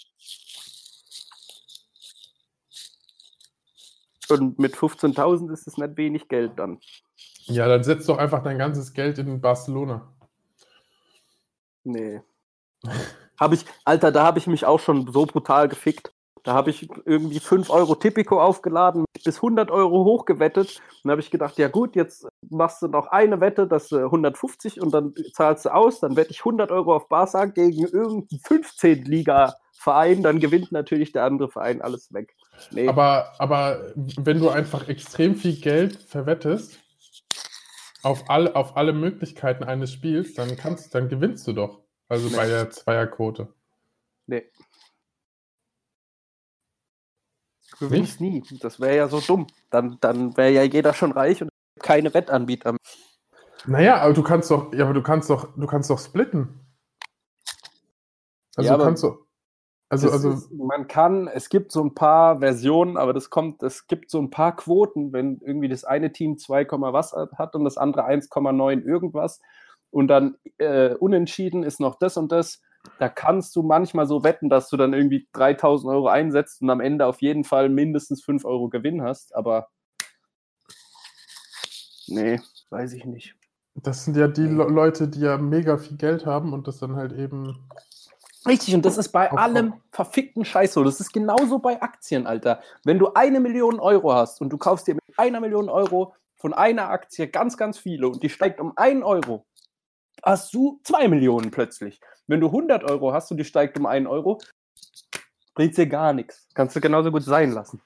Und mit fünfzehntausend ist es nicht wenig Geld dann. Ja, dann setz doch einfach dein ganzes Geld in Barcelona. Nee. Habe ich, Alter, da habe ich mich auch schon so brutal gefickt. Da habe ich irgendwie fünf Euro Tipico aufgeladen, bis hundert Euro hochgewettet. Und habe ich gedacht, ja gut, jetzt machst du noch eine Wette, das äh, hundertfünfzig und dann zahlst du aus. Dann wette ich hundert Euro auf Barca gegen irgendeinen fünfzehn-Liga-Verein. Dann gewinnt natürlich der andere Verein alles weg. Nee. Aber, aber wenn du einfach extrem viel Geld verwettest auf alle, auf alle Möglichkeiten eines Spiels, dann kannst, dann gewinnst du doch. Also Nee. bei der Zweierquote. Nee. Du gewinnst nie. Das wäre ja so dumm. Dann, dann wäre ja jeder schon reich und keine Wettanbieter. Naja, aber du kannst doch, ja, aber du kannst doch, du kannst doch splitten. Also Ja, du aber kannst doch. Also, Das also ist, man kann, es gibt so ein paar Versionen, aber das kommt, es gibt so ein paar Quoten, wenn irgendwie das eine Team zwei, was hat und das andere eins Komma neun irgendwas und dann äh, unentschieden ist noch das und das, da kannst du manchmal so wetten, dass du dann irgendwie dreitausend Euro einsetzt und am Ende auf jeden Fall mindestens fünf Euro Gewinn hast, aber nee, weiß ich nicht. das sind ja die Nee. Le- Leute, die ja mega viel Geld haben und das dann halt eben. Richtig, und das ist bei Auf- allem verfickten Scheiß so. Das ist genauso bei Aktien, Alter. Wenn du eine Million Euro hast und du kaufst dir mit einer Million Euro von einer Aktie ganz, ganz viele und die steigt um einen Euro, hast du zwei Millionen plötzlich. Wenn du hundert Euro hast und die steigt um einen Euro, bringt dir gar nichts. Kannst du genauso gut sein lassen.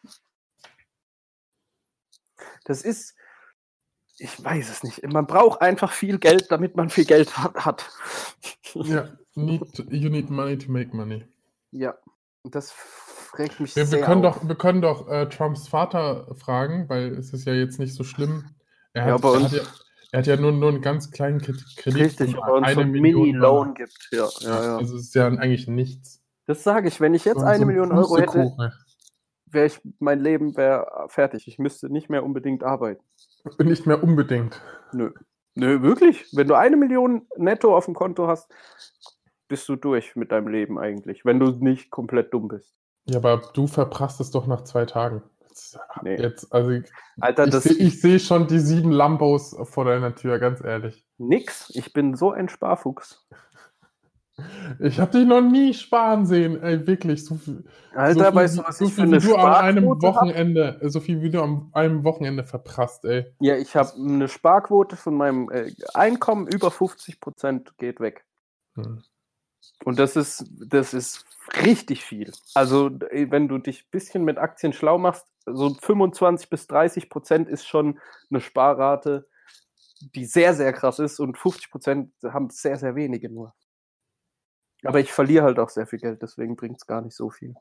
Das ist, ich weiß es nicht. Man braucht einfach viel Geld, damit man viel Geld hat. hat. Ja, need, you need money to make money. Ja, und das fragt mich Wir, sehr wir können auf. doch, wir können doch äh, Trumps Vater fragen, weil es ist ja jetzt nicht so schlimm. Er Ja, hat, bei er uns- hat, ja, er hat ja nur, nur einen ganz kleinen Kredit Richtig, von bei uns so einer ein Million Mini-Loan Dollar. gibt. Ja, ja, ja. Also es ist ja eigentlich nichts. Das sage ich, wenn ich jetzt So- eine so ein Million Euro hätte, Pustekuchen. wäre ich, mein Leben wäre fertig. Ich müsste nicht mehr unbedingt arbeiten. Nicht mehr unbedingt. Nö. Nö, wirklich. Wenn du eine Million netto auf dem Konto hast, bist du durch mit deinem Leben eigentlich. Wenn du nicht komplett dumm bist. Ja, aber du verprasst es doch nach zwei Tagen. Jetzt, Nee. jetzt, also ich, Alter, ich das sehe ich seh schon die sieben Lambos vor deiner Tür, ganz ehrlich. nix. Ich bin so ein Sparfuchs. Ich habe dich noch nie sparen sehen, ey, wirklich. So viel, Alter, so viel, weißt du, wie- was so ich für viel, eine wie du an einem Sparquote hab? Wochenende, so viel wie du an einem Wochenende verprasst, ey. Ja, ich habe eine Sparquote von meinem äh, Einkommen über fünfzig Prozent geht weg. Hm. Und das ist, das ist richtig viel. Also, äh, wenn du dich ein bisschen mit Aktien schlau machst, so fünfundzwanzig bis dreißig Prozent ist schon eine Sparrate, die sehr, sehr krass ist und fünfzig Prozent haben sehr, sehr wenige nur. Aber ich verliere halt auch sehr viel Geld, deswegen bringt es gar nicht so viel.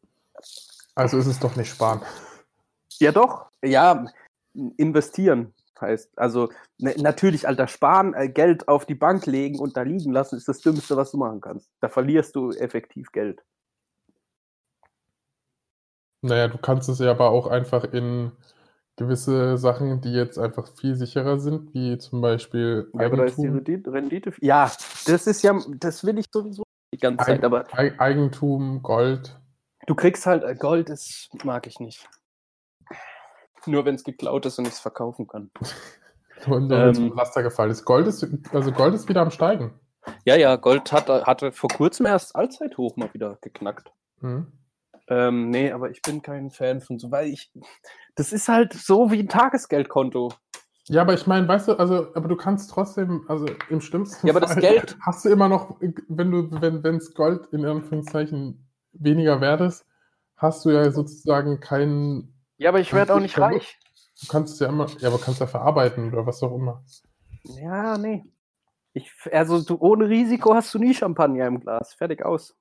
Also ist es doch nicht sparen. Ja, doch. Ja, investieren. Heißt, also ne, natürlich, Alter, sparen, äh, Geld auf die Bank legen und da liegen lassen, ist das Dümmste, was du machen kannst. Da verlierst du effektiv Geld. Naja, du kannst es ja aber auch einfach in gewisse Sachen, die jetzt einfach viel sicherer sind, wie zum Beispiel Ja, aber da ist die Eigentum, Rendite, Rendite. Ja, das ist ja, das will ich sowieso die ganze Zeit, Eig aber Eig Eigentum, Gold. du kriegst halt äh, Gold, das mag ich nicht. Nur wenn es geklaut ist und ich es verkaufen kann. Nur nur wenn es Ähm, vom Laster gefallen ist. Gold ist, also Gold ist wieder am Steigen. ja, ja, Gold hat, hatte vor kurzem erst Allzeithoch mal wieder geknackt. Mhm. Ähm, nee, aber ich bin kein Fan von so, weil ich, das ist halt so wie ein Tagesgeldkonto. Ja, aber ich meine, weißt du, also, aber du kannst trotzdem, also im schlimmsten Ja, aber das Fall Geld- hast du immer noch, wenn du, wenn wenns Gold in Anführungszeichen weniger wert ist, hast du ja sozusagen keinen. Ja, aber ich werde auch nicht Verlust. reich. Du kannst es ja immer, ja, aber kannst ja verarbeiten oder was auch immer. Ja, nee. Ich, also du, ohne Risiko hast du nie Champagner im Glas. Fertig aus.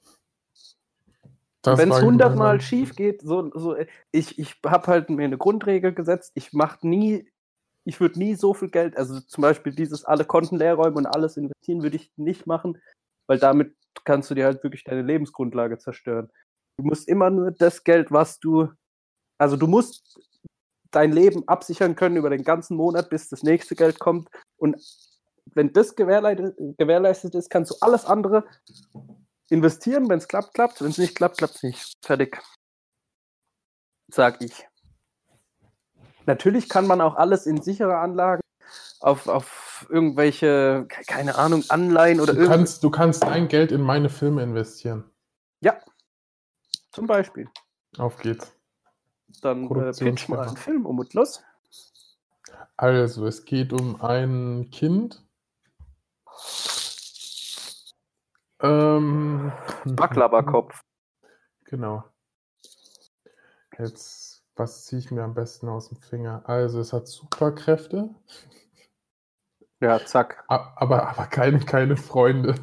Das Wenn es war ich hundertmal mal- schief geht, so, so ich, ich habe halt mir eine Grundregel gesetzt, ich mache nie, ich würde nie so viel Geld, also zum Beispiel dieses alle Konten leer räumen und alles investieren, würde ich nicht machen, weil damit kannst du dir halt wirklich deine Lebensgrundlage zerstören. Du musst immer nur das Geld, was du, also du musst dein Leben absichern können über den ganzen Monat, bis das nächste Geld kommt, und wenn das gewährleistet, gewährleistet ist, kannst du alles andere investieren. Wenn es klappt, klappt. Wenn es nicht klappt, klappt es nicht. Fertig. Sag ich. Natürlich kann man auch alles in sichere Anlagen auf, auf irgendwelche, keine Ahnung, Anleihen oder Du irgendwas. kannst, du kannst dein Geld in meine Filme investieren. Ja, zum Beispiel. Auf geht's. Dann äh, pitch mal einen Film um und los. Also, es geht um ein Kind. Ähm, Baklava-Kopf. Genau. Jetzt, was ziehe ich mir am besten aus dem Finger? Also, es hat Superkräfte, Ja, zack. a- aber, aber keine, keine Freunde.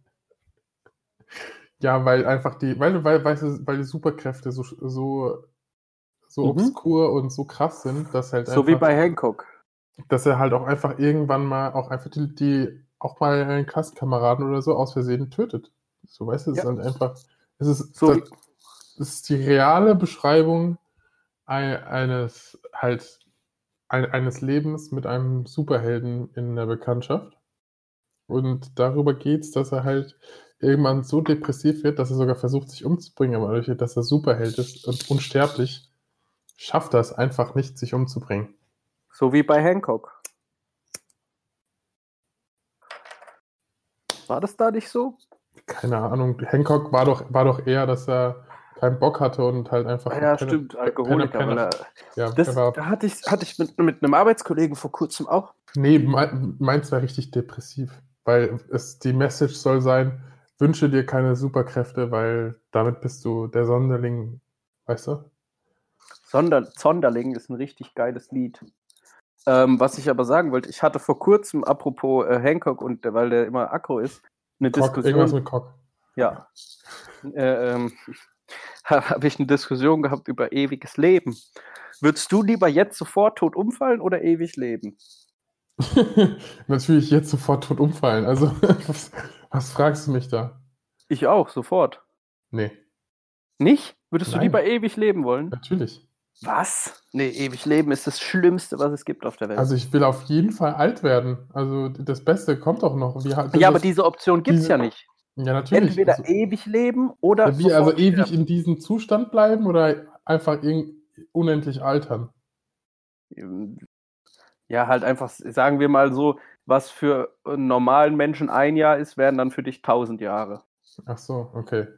Ja, weil einfach die, weil, weil, weißt du, weil die Superkräfte so, so, so Mhm. obskur und so krass sind, dass halt So einfach, wie bei Hancock. dass er halt auch einfach irgendwann mal auch einfach die, die auch mal einen Klassenkameraden oder so aus Versehen tötet. So, weißt du, es Ja. ist halt einfach, es ist, So das, das ist die reale Beschreibung ein- eines halt ein, eines Lebens mit einem Superhelden in der Bekanntschaft. Und darüber geht's, dass er halt irgendwann so depressiv wird, dass er sogar versucht, sich umzubringen, aber dadurch, dass er Superheld ist und unsterblich, schafft er es einfach nicht, sich umzubringen. So wie bei Hancock. War das da nicht so? Keine Ahnung, Hancock war doch, war doch eher, dass er keinen Bock hatte und halt einfach. Ja, Penner- stimmt, Alkoholiker. Penner- Weil er, Ja, das er war, da hatte ich, hatte ich mit, mit einem Arbeitskollegen vor kurzem auch. nee, mein- meins war richtig depressiv, weil es die Message soll sein, wünsche dir keine Superkräfte, weil damit bist du der Sonderling, weißt du? Sonder, Sonderling ist ein richtig geiles Lied. Ähm, was ich aber sagen wollte, ich hatte vor kurzem, apropos äh, Hancock, und äh, weil der immer aggro ist, eine Cock, Diskussion. irgendwas mit Cock. Ja. Äh, ähm, habe ich eine Diskussion gehabt über ewiges Leben. Würdest du lieber jetzt sofort tot umfallen oder ewig leben? Natürlich jetzt sofort tot umfallen. Also, was, was fragst du mich da? Ich auch, sofort. Nee, Nicht? Würdest du Nein. lieber ewig leben wollen? natürlich. Was? Nee, ewig leben ist das Schlimmste, was es gibt auf der Welt. Also, ich will auf jeden Fall alt werden. Also, das Beste kommt doch noch. Wie, das, ja, aber diese Option gibt es diese- ja nicht. ja, natürlich. Entweder Also, ewig leben oder ja, wie, also sofort ewig sterben. in diesem Zustand bleiben oder einfach irg- unendlich altern? Ja, halt einfach, sagen wir mal so, was für einen normalen Menschen ein Jahr ist, wären dann für dich tausend Jahre. Ach so, okay.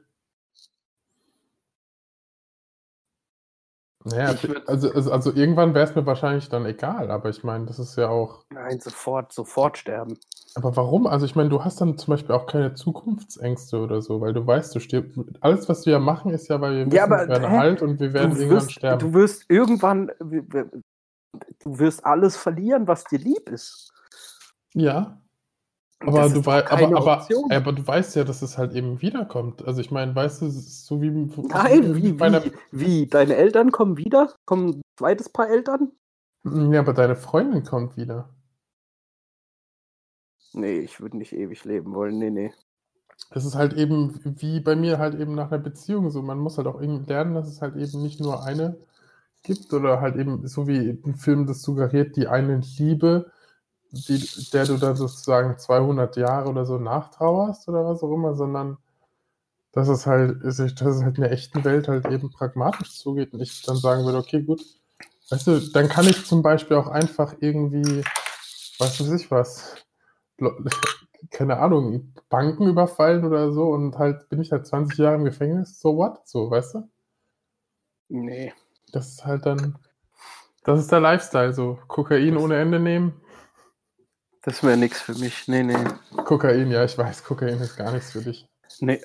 Naja, Ich würd- also, also, also irgendwann wäre es mir wahrscheinlich dann egal, aber ich meine, das ist ja auch. Nein, sofort, sofort sterben. Aber warum? Also ich meine, du hast dann zum Beispiel auch keine Zukunftsängste oder so, weil du weißt, du stirbst. Alles, was wir ja machen, ist ja, weil wir wissen, Ja, aber, wir werden hä? alt und wir werden Du irgendwann wirst, sterben. du wirst irgendwann, du wirst alles verlieren, was dir lieb ist. Ja, Und aber das du, ist doch wei keine aber, aber, Option. aber du weißt ja, dass es halt eben wiederkommt. Also ich meine, weißt du, es ist so wie. Nein, wie, bei einer- wie, wie? Deine Eltern kommen wieder? Kommen ein zweites Paar Eltern? Ja, aber deine Freundin kommt wieder. Nee, ich würde nicht ewig leben wollen. Nee, nee. Das ist halt eben wie bei mir halt eben nach einer Beziehung so. Man muss halt auch irgendwie lernen, dass es halt eben nicht nur eine gibt oder halt eben, so wie ein Film das suggeriert, die eine Liebe, die, der du dann sozusagen zweihundert Jahre oder so nachtrauerst oder was auch immer, sondern dass es halt, dass es halt in der echten Welt halt eben pragmatisch zugeht und ich dann sagen würde, okay, gut, weißt du, dann kann ich zum Beispiel auch einfach irgendwie, was weiß ich was, keine Ahnung, Banken überfallen oder so und halt bin ich halt zwanzig Jahre im Gefängnis, so what? So, weißt du? Nee. Das ist halt dann, das ist der Lifestyle, so Kokain Das, ohne Ende nehmen. das wäre nichts für mich. Nee, nee. Kokain, ja, ich weiß, Kokain ist gar nichts für dich. Nee.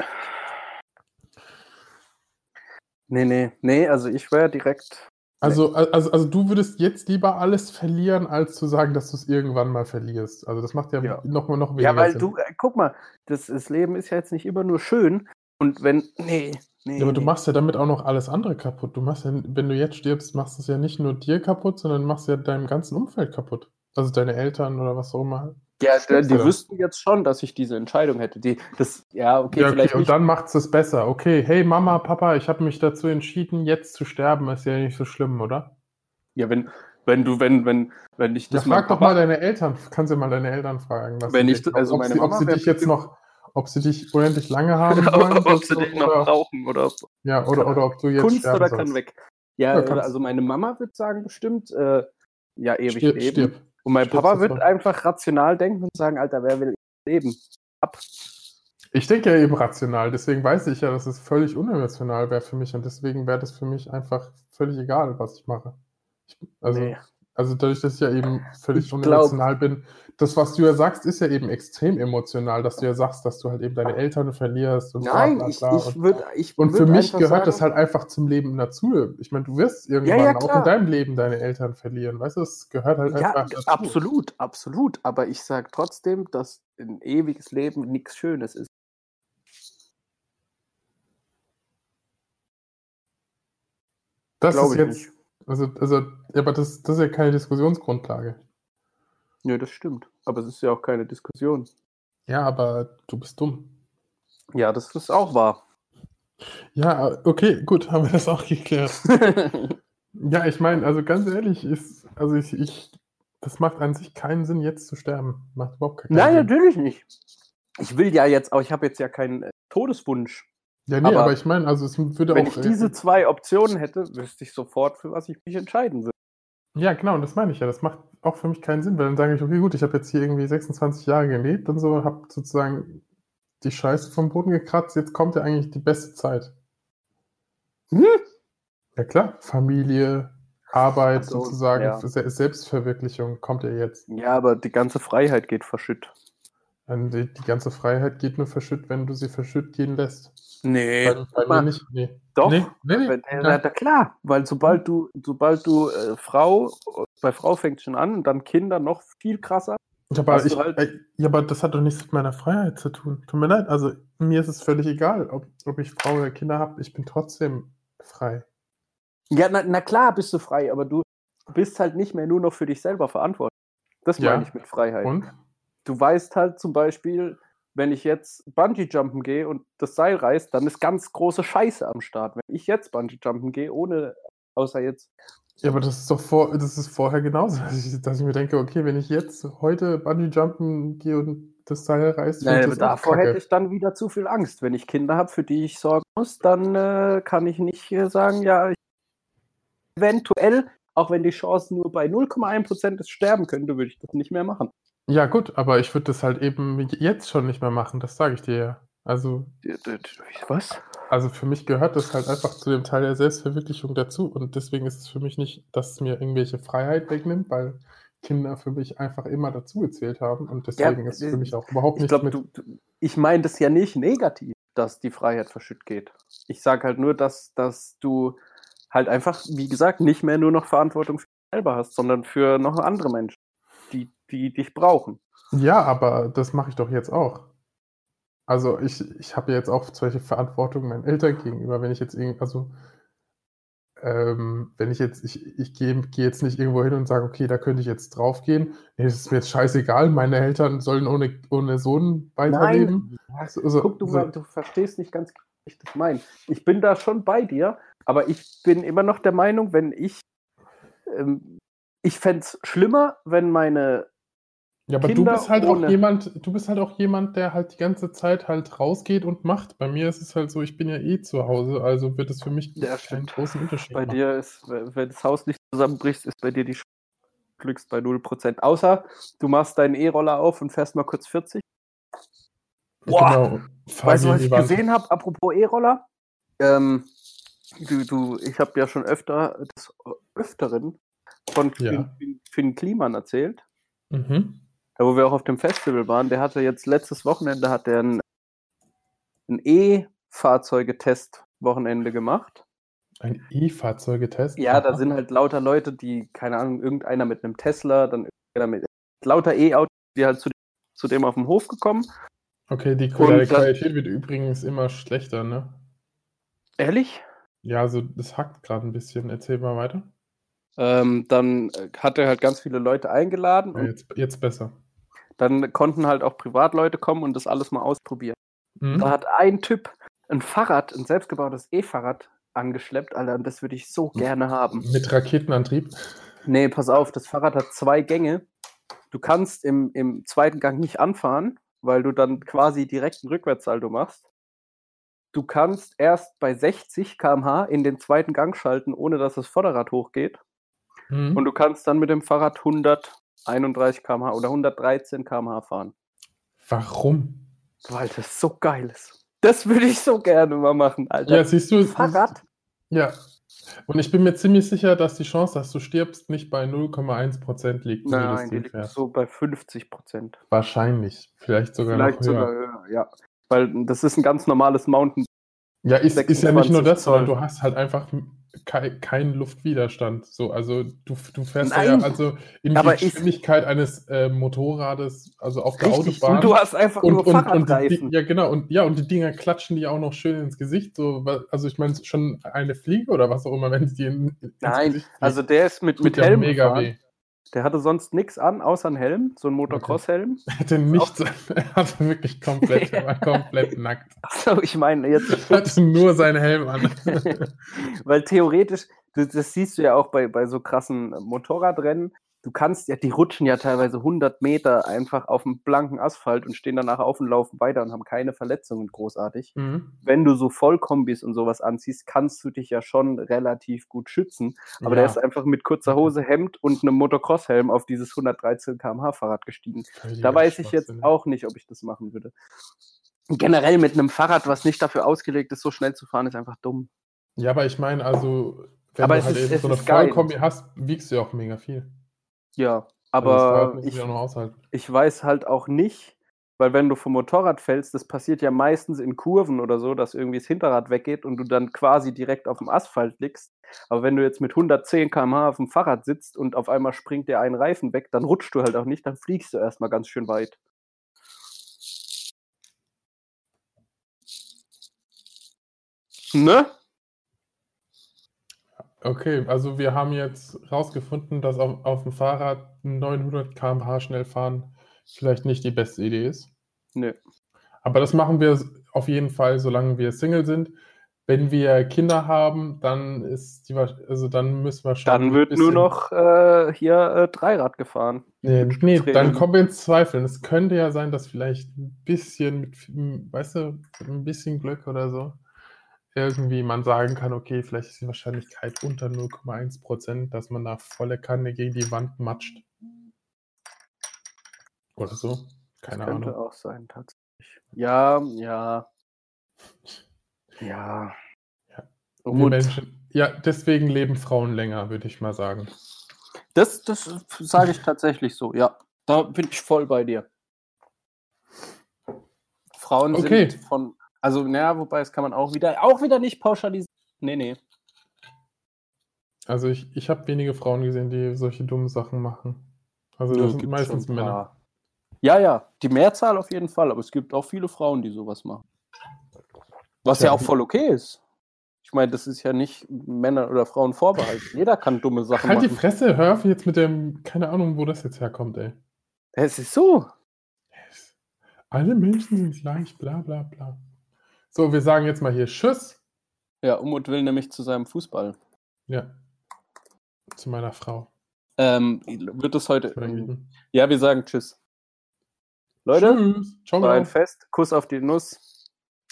Nee, nee. Nee, also ich wäre direkt. Also, also, also du würdest jetzt lieber alles verlieren, als zu sagen, dass du es irgendwann mal verlierst. Also das macht ja, Ja. noch, noch weniger Ja, weil Sinn. du, äh, guck mal, das, das Leben ist ja jetzt nicht immer nur schön. Und wenn. Nee, nee. Ja, aber du nee. machst ja damit auch noch alles andere kaputt. Du machst ja, wenn du jetzt stirbst, machst du es ja nicht nur dir kaputt, sondern machst ja deinem ganzen Umfeld kaputt. Also deine Eltern oder was auch immer. Ja, Stirbst die ja dann. wüssten jetzt schon, dass ich diese Entscheidung hätte. Die, das, ja, okay, Ja, okay, vielleicht und nicht. dann macht es besser. Okay, hey Mama, Papa, ich habe mich dazu entschieden, jetzt zu sterben. Ist ja nicht so schlimm, oder? Ja, wenn, wenn du, wenn, wenn, wenn ich Ja, das meinem frag doch mal Papa, deine Eltern. Kannst du mal deine Eltern fragen, was wenn sie ich, denken. also Ob meine sie, ob Mama sie wäre dich jetzt bestimmt, noch, ob sie dich unendlich lange haben wollen. ob sie oder, dich noch oder, brauchen oder ob, ja, oder, oder ob du jetzt Kunst sterben oder kann sollst. weg. Ja, Ja, kannst. also meine Mama wird sagen bestimmt, äh, ja, ewig Stirb, leben. stirb. Und mein Stirb Papa wird sofort. einfach rational denken und sagen, Alter, wer will leben? Ab. Ich denke ja eben rational, deswegen weiß ich ja, dass es völlig unemotional wäre für mich und deswegen wäre das für mich einfach völlig egal, was ich mache. Ich, also, Nee. also dadurch, dass ich ja eben völlig Ich glaub- unemotional bin, das, was du ja sagst, ist ja eben extrem emotional, dass du ja sagst, dass du halt eben deine Eltern verlierst und Nein, bla ich, bla bla. ich Und, würde ich und für würd mich einfach gehört sagen, das halt einfach zum Leben dazu. Ich meine, du wirst Ja, irgendwann ja, auch in klar. deinem Leben deine Eltern verlieren, weißt du, es gehört halt Ja, einfach dazu. absolut, absolut. Aber ich sage trotzdem, dass ein ewiges Leben nichts Schönes ist. Das Glaub ist ich jetzt, nicht. also, also, ja, aber das, das ist ja keine Diskussionsgrundlage. Ja, das stimmt. Aber es ist ja auch keine Diskussion. Ja, aber du bist dumm. Ja, das ist auch wahr. Ja, okay, gut, haben wir das auch geklärt. Ja, ich meine, also ganz ehrlich, ist, also ich, ich, das macht an sich keinen Sinn, jetzt zu sterben. Macht überhaupt keinen Nein, Sinn. natürlich nicht. Ich will ja jetzt, aber ich habe jetzt ja keinen äh, Todeswunsch. Ja, nee, aber, aber ich meine, also es würde Wenn auch. ich diese zwei Optionen hätte, wüsste ich sofort, für was ich mich entscheiden würde. Ja, genau, und das meine ich ja. Das macht auch für mich keinen Sinn, weil dann sage ich, okay, gut, ich habe jetzt hier irgendwie sechsundzwanzig Jahre gelebt und so, habe sozusagen die Scheiße vom Boden gekratzt, jetzt kommt ja eigentlich die beste Zeit. Hm? Ja klar, Familie, Arbeit Ach so, sozusagen, ja. Se- Selbstverwirklichung kommt ja jetzt. Ja, aber die ganze Freiheit geht verschütt. Und die, die ganze Freiheit geht nur verschütt, wenn du sie verschütt gehen lässt. Nee, Bei, bei guck mir mal, nicht. Nee. doch. Nee, nee, nee. Wenn- Na, nein. na klar, weil sobald du, sobald du äh, Frau, bei Frau fängt schon an und dann Kinder noch viel krasser. Ja, aber, hast ich, du halt- äh, ja, aber das hat doch nichts mit meiner Freiheit zu tun. Tut mir leid. Also mir ist es völlig egal, ob, ob ich Frau oder Kinder habe. Ich bin trotzdem frei. Ja, na, na klar bist du frei, aber du bist halt nicht mehr nur noch für dich selber verantwortlich. Das Ja, meine ich mit Freiheit. Und? Du weißt halt zum Beispiel, wenn ich jetzt Bungee-Jumpen gehe und das Seil reißt, dann ist ganz große Scheiße am Start. Wenn ich jetzt Bungee-Jumpen gehe, ohne, außer jetzt. Ja, aber das ist doch vor, das ist vorher genauso, dass ich, dass ich mir denke, okay, wenn ich jetzt heute Bungee-Jumpen gehe und das Seil reißt, finde Nein, ich aber das auch davor kacke. hätte ich dann wieder zu viel Angst. Wenn ich Kinder habe, für die ich sorgen muss, dann äh, kann ich nicht äh, sagen, ja, ich eventuell, auch wenn die Chance nur bei null Komma eins Prozent ist, sterben könnte, würde ich das nicht mehr machen. Ja, gut, aber ich würde das halt eben jetzt schon nicht mehr machen, das sage ich dir ja. Also, Was? also für mich gehört das halt einfach zu dem Teil der Selbstverwirklichung dazu und deswegen ist es für mich nicht, dass es mir irgendwelche Freiheit wegnimmt, weil Kinder für mich einfach immer dazu gezählt haben und deswegen Ja, ist es für mich auch überhaupt Ich nichts glaube, mit. du, du, ich meine das ja nicht negativ, dass die Freiheit verschütt geht. Ich sage halt nur, dass, dass du halt einfach, wie gesagt, nicht mehr nur noch Verantwortung für dich selber hast, sondern für noch andere Menschen, die, die dich brauchen. Ja, aber das mache ich doch jetzt auch. Also ich, ich habe jetzt auch solche Verantwortung meinen Eltern gegenüber, wenn ich jetzt irgendwie, also ähm, wenn ich jetzt, ich, ich gehe geh jetzt nicht irgendwo hin und sage, okay, da könnte ich jetzt drauf gehen. Nee, das ist mir jetzt scheißegal, meine Eltern sollen ohne, ohne Sohn weiterleben. Nein, So, so, guck du so. mal, du verstehst nicht ganz, wie ich das meine. Ich bin da schon bei dir, aber ich bin immer noch der Meinung, wenn ich, ähm, ich fände es schlimmer, wenn meine Ja, aber Kinder du bist halt ohne- auch jemand, du bist halt auch jemand, der halt die ganze Zeit halt rausgeht und macht. Bei mir ist es halt so, ich bin ja eh zu Hause, also wird es für mich Ja, keinen stimmt. großen Unterschied Bei machen. dir ist, wenn das Haus nicht zusammenbricht, ist bei dir die Glücks bei null Prozent. Außer du machst deinen E-Roller auf und fährst mal kurz vierzig. Boah! Genau, fahr Weißt du, gegen was die ich Wand. gesehen habe, apropos E-Roller? Ähm, du, du, ich habe ja schon öfter des Öfteren von Ja. Finn, Finn Kliman erzählt, Mhm. da wo wir auch auf dem Festival waren. Der hatte jetzt letztes Wochenende hat der ein, ein E-Fahrzeugetest-Wochenende gemacht. Ein E-Fahrzeugetest? Ja, da Aha. sind halt lauter Leute, die, keine Ahnung, irgendeiner mit einem Tesla, dann irgendeiner mit lauter E-Autos, die halt zu, zu dem auf dem Hof gekommen. Okay, die Und Quali- dann- Qualität wird übrigens immer schlechter, ne? Ehrlich? Ja, also das hackt gerade ein bisschen. Erzähl mal weiter. Ähm, dann äh, hat er halt ganz viele Leute eingeladen Ja, und jetzt, jetzt besser. dann konnten halt auch Privatleute kommen und das alles mal ausprobieren. Mhm. Da hat ein Typ ein Fahrrad, ein selbstgebautes E-Fahrrad angeschleppt, Alter, und das würde ich so gerne haben. Mit Raketenantrieb? Nee, pass auf, das Fahrrad hat zwei Gänge. Du kannst im, im zweiten Gang nicht anfahren, weil du dann quasi direkt einen Rückwärtssalto machst. Du kannst erst bei sechzig Kilometer pro Stunde in den zweiten Gang schalten, ohne dass das Vorderrad hochgeht. Mhm. Und du kannst dann mit dem Fahrrad hunderteinunddreißig Kilometer pro Stunde oder hundertdreizehn Kilometer pro Stunde fahren. Warum? Weil das so geil ist. Das würde ich so gerne mal machen, Alter. Ja, siehst du, Fahrrad? Ja. Und ich bin mir ziemlich sicher, dass die Chance, dass du stirbst, nicht bei null Komma eins Prozent liegt, wenn du das Nein, die Ding liegt fährst. so bei fünfzig Prozent. Wahrscheinlich. Vielleicht sogar Vielleicht noch höher. sogar höher, ja. Weil das ist ein ganz normales Mountain. Ja, ist, ist ja nicht nur das, Zoll. sondern du hast halt einfach keinen kein Luftwiderstand. So, also du, du fährst da Nein, ja also in aber die ist- Geschwindigkeit eines äh, Motorrades, also auf der Richtig, Autobahn. und du hast einfach und, nur und, und Fahrradreifen. die, ja, genau, und ja, und die Dinger klatschen die auch noch schön ins Gesicht. So, wa- also ich meine, schon eine Fliege oder was auch immer, wenn die in, ins Nein, Gesicht fliegt, also der ist mit, tut mit ja Helm mega gefahren. weh. Der hatte sonst nichts an, außer einen Helm, so ein Motocross-Helm. Er hatte nichts, er hatte wirklich komplett, er war komplett nackt. Achso, ich meine jetzt Er hatte nur seinen Helm an. Weil theoretisch, das, das siehst du ja auch bei, bei so krassen Motorradrennen, du kannst ja, die rutschen ja teilweise hundert Meter einfach auf dem blanken Asphalt und stehen danach auf und laufen weiter und haben keine Verletzungen großartig. Mhm. Wenn du so Vollkombis und sowas anziehst, kannst du dich ja schon relativ gut schützen. Aber Ja. der ist einfach mit kurzer Hose, Hemd und einem Motocross-Helm auf dieses hundertdreizehn Kilometer pro Stunde Fahrrad gestiegen. Völliger Da weiß ich jetzt Schwachsinn. auch nicht, ob ich das machen würde. Generell mit einem Fahrrad, was nicht dafür ausgelegt ist, so schnell zu fahren, ist einfach dumm. Ja, aber ich meine, also, wenn Aber du es halt ist- eben es so eine ist geil. Vollkombi hast, wiegst du ja auch mega viel. Ja, Also das Fahrrad aber muss ich, ich auch noch aushalten. ich weiß halt auch nicht, weil wenn du vom Motorrad fällst, das passiert ja meistens in Kurven oder so, dass irgendwie das Hinterrad weggeht und du dann quasi direkt auf dem Asphalt liegst. Aber wenn du jetzt mit hundertzehn Kilometer pro Stunde auf dem Fahrrad sitzt und auf einmal springt dir ein Reifen weg, dann rutschst du halt auch nicht, dann fliegst du erstmal ganz schön weit. Ne? Okay, also wir haben jetzt rausgefunden, dass auf, auf dem Fahrrad neunhundert Kilometer pro Stunde schnell fahren vielleicht nicht die beste Idee ist. Nö. Aber das machen wir auf jeden Fall, solange wir Single sind. Wenn wir Kinder haben, dann ist die, wahrsch- also dann müssen wir schon Dann ein wird nur bisschen- noch äh, hier äh, Dreirad gefahren. Nee, mit nee, Stützrädern. dann kommen wir ins Zweifeln. Es könnte ja sein, dass vielleicht ein bisschen mit, weißt du, mit ein bisschen Glück oder so irgendwie man sagen kann, okay, vielleicht ist die Wahrscheinlichkeit unter null Komma eins Prozent, dass man da volle Kanne gegen die Wand matscht. Oder so. Keine Das könnte Ahnung. auch sein, tatsächlich. Ja, ja. Ja. Ja. Oh, Wir Mut. Menschen, ja, deswegen leben Frauen länger, würde ich mal sagen. Das, das sage ich tatsächlich so, ja. Da bin ich voll bei dir. Frauen Okay. sind von, also naja, wobei das kann man auch wieder, auch wieder nicht pauschalisieren. Nee, nee. Also ich, ich habe wenige Frauen gesehen, die solche dummen Sachen machen. Also Nö, das sind gibt's meistens schon ein Männer. paar. Ja, ja, die Mehrzahl auf jeden Fall, aber es gibt auch viele Frauen, die sowas machen. Was Tja, ja auch wie- voll okay ist. Ich meine, das ist ja nicht Männern oder Frauen vorbehalten. Jeder kann dumme Sachen Halt die machen. Fresse, hör auf jetzt mit dem, keine Ahnung, wo das jetzt herkommt, ey. Es ist so. Alle Menschen sind gleich, bla bla bla. So, wir sagen jetzt mal hier Tschüss. Ja, Umut will nämlich zu seinem Fußball. Ja. Zu meiner Frau. Ähm, wird es heute. Zu meiner Geliebten. Ja, wir sagen Tschüss. Leute, Tschüss. Ciao, war ein ciao. Fest. Kuss auf die Nuss.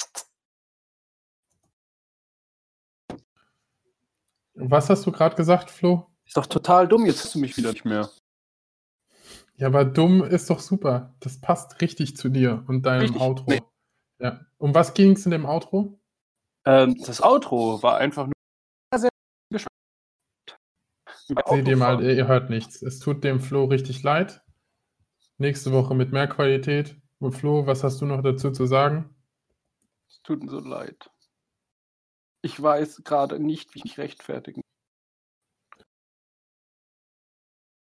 Was hast du gerade gesagt, Flo? Ist doch total dumm, jetzt hörst du mich wieder nicht mehr. Ja, aber dumm ist doch super. Das passt richtig zu dir und deinem Richtig. Outro. Nee. Ja. Um was ging es in dem Outro? Ähm, das Outro war einfach nur sehr gespannt. Seht ihr mal, ihr hört nichts. Es tut dem Flo richtig leid. Nächste Woche mit mehr Qualität. Und Flo, was hast du noch dazu zu sagen? Es tut mir so leid. Ich weiß gerade nicht, wie ich mich rechtfertigen